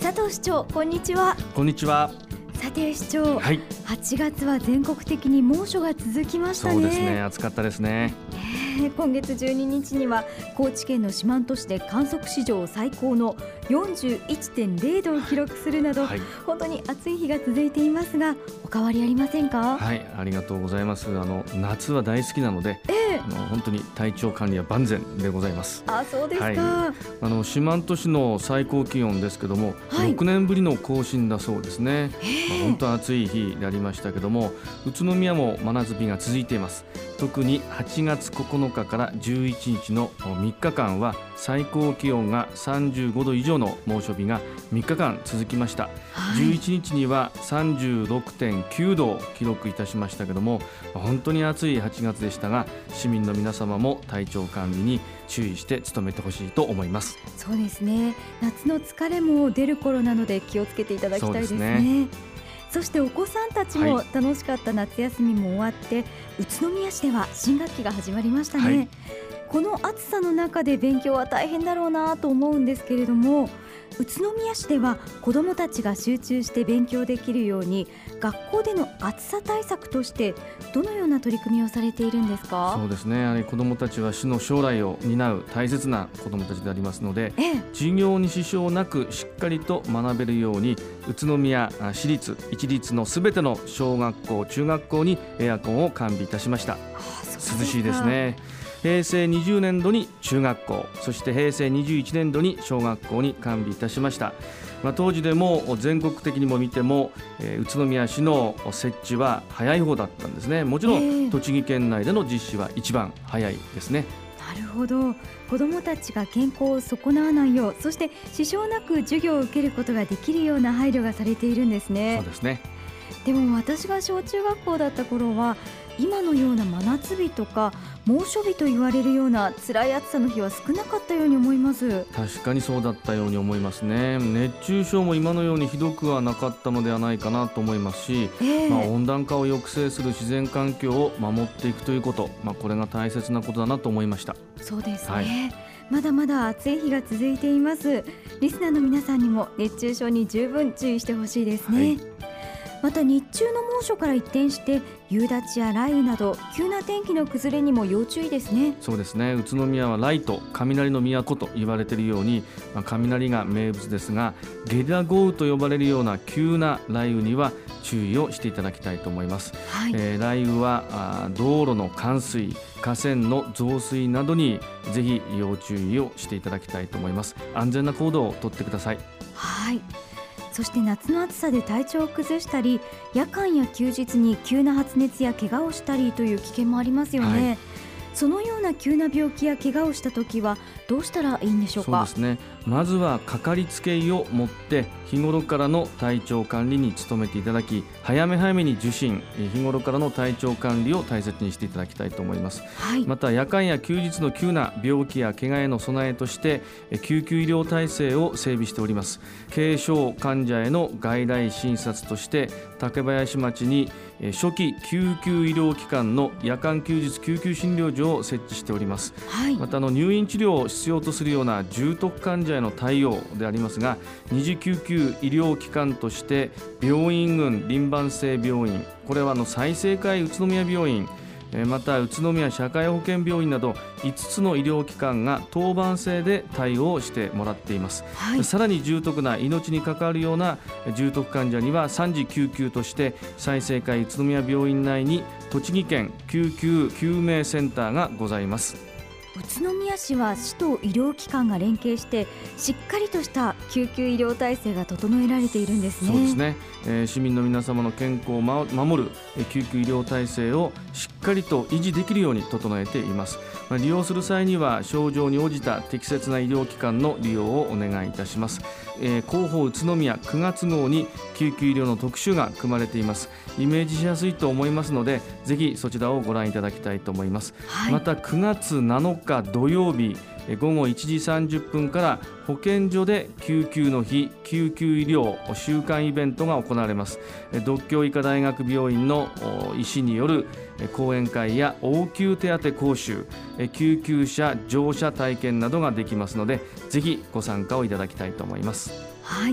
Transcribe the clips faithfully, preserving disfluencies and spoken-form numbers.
佐藤市長、こんにちは。 こんにちは。 さて市長、 はい、 はちがつは全国的に猛暑が続きましたね。 そうですね、暑かったですね。 えー、今月じゅうににちには高知県の四万十市で観測史上最高の よんじゅういってんぜろ 度を記録するなど、はい、本当に暑い日が続いていますが、お変わりありませんか？ はい、ありがとうございます。あの夏は大好きなので、 えー、 あの本当に体調管理は万全でございます。 あ、そうですか。はい、 あの四万十市の最高気温ですけども、はい、ろくねんぶりの更新だそうですね。まあ、本当暑い日でありましたけども、宇都宮も真夏日が続いています。特にはちがつここのかからじゅういちにちのみっかかんは最高気温がさんじゅうごど以上の猛暑日がみっかかん続きました。はい、じゅういちにちには さんじゅうろくてんきゅうどを記録いたしましたけども、本当に暑いはちがつでしたが、市民の皆様も体調管理に注意して努めてほしいと思います。 そうですね、夏の疲れも出る頃なので気をつけていただきたいですね。そうですね。そしてお子さんたちも楽しかった夏休みも終わって、はい、宇都宮市では新学期が始まりましたね。はい、この暑さの中で勉強は大変だろうなと思うんですけれども、宇都宮市では子どもたちが集中して勉強できるように、学校での暑さ対策としてどのような取り組みをされているんですか？ そうですね、やはり子どもたちは市の将来を担う大切な子どもたちでありますので、ええ、授業に支障なくしっかりと学べるように、宇都宮市立一律のすべての小学校中学校にエアコンを完備いたしました。ああ、涼しいですね。へいせいにじゅうねんどに中学校、そしてへいせいにじゅういちねんどに小学校に完備いたしました。まあ、当時でも全国的にも見ても、えー、宇都宮市の設置は早い方だったんですね。もちろん栃木県内での実施は一番早いですね。 なるほど、子どもたちが健康を損なわないよう、そして支障なく授業を受けることができるような配慮がされているんですね。 そうですね。 でも私が小中学校だった頃は、今のような真夏日とか猛暑日と言われるような辛い暑さの日は少なかったように思います。 確かにそうだったように思いますね。熱中症も今のようにひどくはなかったのではないかなと思いますし、えーまあ、温暖化を抑制する自然環境を守っていくということ、まあ、これが大切なことだなと思いました。 そうですね、はい、まだまだ暑い日が続いています。リスナーの皆さんにも熱中症に十分注意してほしいですね。はい、また日中の猛暑から一転して夕立や雷雨など急な天気の崩れにも要注意ですね。 そうですね、宇都宮は雷と雷の都と言われているように、まあ、雷が名物ですが、ゲリラ豪雨と呼ばれるような急な雷雨には注意をしていただきたいと思います。はい、えー、雷雨はあ道路の冠水、河川の増水などにぜひ要注意をしていただきたいと思います。安全な行動をとってください。 はい、そして夏の暑さで体調を崩したり、夜間や休日に急な発熱や怪我をしたりという危険もありますよね。はい、そのような急な病気や怪我をしたときはどうしたらいいんでしょうか？ そうですね、まずはかかりつけ医を持って日頃からの体調管理に努めていただき、早め早めに受診、日頃からの体調管理を大切にしていただきたいと思います。はい、また夜間や休日の急な病気や怪我への備えとして救急医療体制を整備しております。軽症患者への外来診察として竹林町に初期救急医療機関の夜間休日救急診療所を設置しております。はい、またあの入院治療を必要とするような重篤患者への対応でありますが、二次救急医療機関として病院群輪番制病院、これはあの済生会宇都宮病院、また宇都宮社会保険病院などいつつの医療機関が当番制で対応してもらっています。はい、さらに重篤な命に関わるような重篤患者には三次救急として済生会宇都宮病院内に栃木県救急救命センターがございます。 宇都宮市は市と医療機関が連携してしっかりとした救急医療体制が整えられているんですね。 そうですね、えー、市民の皆様の健康を守る救急医療体制をしっかりと維持できるように整えています。まあ、利用する際には症状に応じた適切な医療機関の利用をお願いいたします。えー、広報宇都宮くがつごうに救急医療の特集が組まれています。イメージしやすいと思いますので、ぜひそちらをご覧いただきたいと思います。はい、またくがつなのか土曜日ごごいちじさんじゅっぷんから保健所で救急の日救急医療週間イベントが行われます。獨協医科大学病院の医師による講演会や応急手当講習、救急車乗車体験などができますので、ぜひご参加をいただきたいと思います。 はい、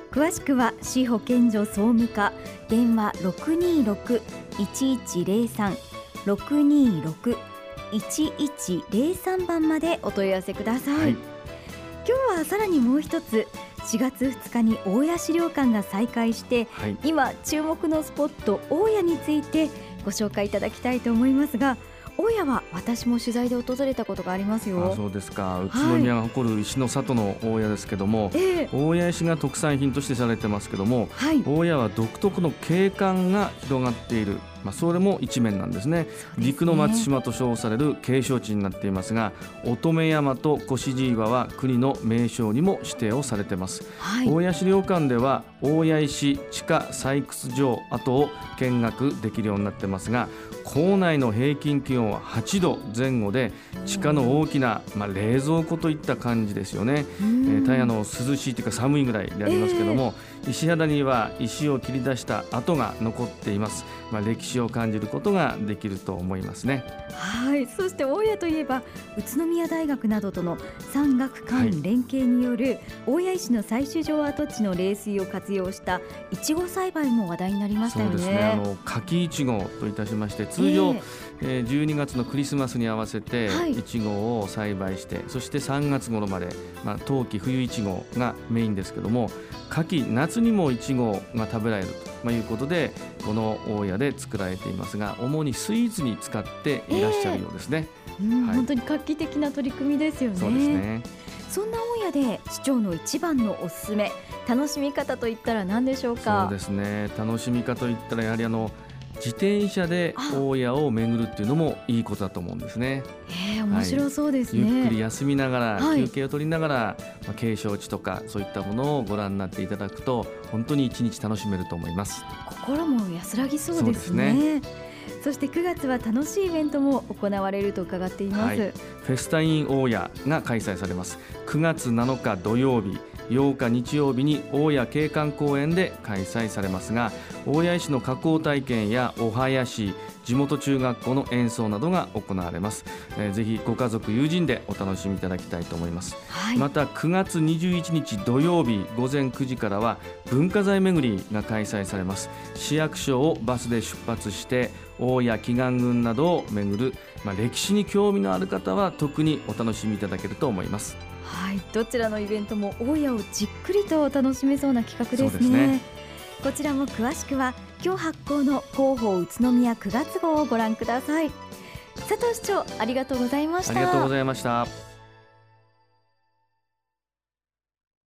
詳しくは市保健所総務課電話 ろくにーろく いちいちゼロさん ろくにーろく いちいちゼロさん 番までお問い合わせください、はい、今日はさらにもう一つしがつふつかに大谷資料館が再開して、はい、今注目のスポット大谷についてご紹介いただきたいと思いますが、大谷は私も取材で訪れたことがありますよ。 あ、そうですか。宇都宮が誇る石の里の大谷ですけども、はい、えー、大谷石が特産品としてされてますけども、はい、大谷は独特の景観が広がっている、まあ、それも一面なんですね。ですね、陸の松島と称される景勝地になっていますが、乙女山と越路岩は国の名勝にも指定をされています、はい、大谷資料館では大谷石地下採掘場跡を見学できるようになってますが、校内の平均気温ははちどぜん後で、地下の大きな、まあ、冷蔵庫といった感じですよね。えー、大変の涼しいというか寒いぐらいでありますけども、えー、石肌には石を切り出した跡が残っています。まあ、歴史を感じることができると思いますね。 はい、そして大谷といえば宇都宮大学などとの産学官連携による大谷石の採取場跡地の冷水を活用したいちご栽培も話題になりましたよね。 そうですね、あの柿いちごといたしまして、通常、えーえー、じゅうにがつのクリスマスに合わせていちごを栽培して、はい、そしてさんがつ頃まで、まあ、冬季冬いちごがメインですけども、柿夏にもいちごが食べられるということで、この大谷で作られていますが、主にスイーツに使っていらっしゃるようですね。 えーうんはい、本当に画期的な取り組みですよね。 そうですね。 そんな大谷で市長の一番のおすすめ楽しみ方といったら何でしょうか。 そうですね、楽しみ方といったらやはりあの自転車で大谷を巡るっていうのもいいことだと思うんですね。 えー、面白そうですね、 はい、ゆっくり休みながら、はい、休憩を取りながら、まあ、景勝地とかそういったものをご覧になっていただくと本当に一日楽しめると思います。 心も安らぎそうですね。そうですね。そしてくがつは楽しいイベントも行われると伺っています、はい、 フェスタイン大谷が開催されます。くがつなのか土曜日、ようか日曜日に大谷景観公園で開催されますが、大谷石の加工体験やお囃子、地元中学校の演奏などが行われます、えー、ぜひご家族友人でお楽しみいただきたいと思います、はい、またくがつにじゅういちにち土曜日ごぜんくじからは文化財巡りが開催されます。市役所をバスで出発して大谷祈願宮などを巡る、まあ、歴史に興味のある方は特にお楽しみいただけると思います。 はい、どちらのイベントも大谷をじっくりと楽しめそうな企画ですね。 そうですね。 こちらも詳しくは今日発行の広報宇都宮くがつ号をご覧ください。佐藤市長、ありがとうございました。 ありがとうございました。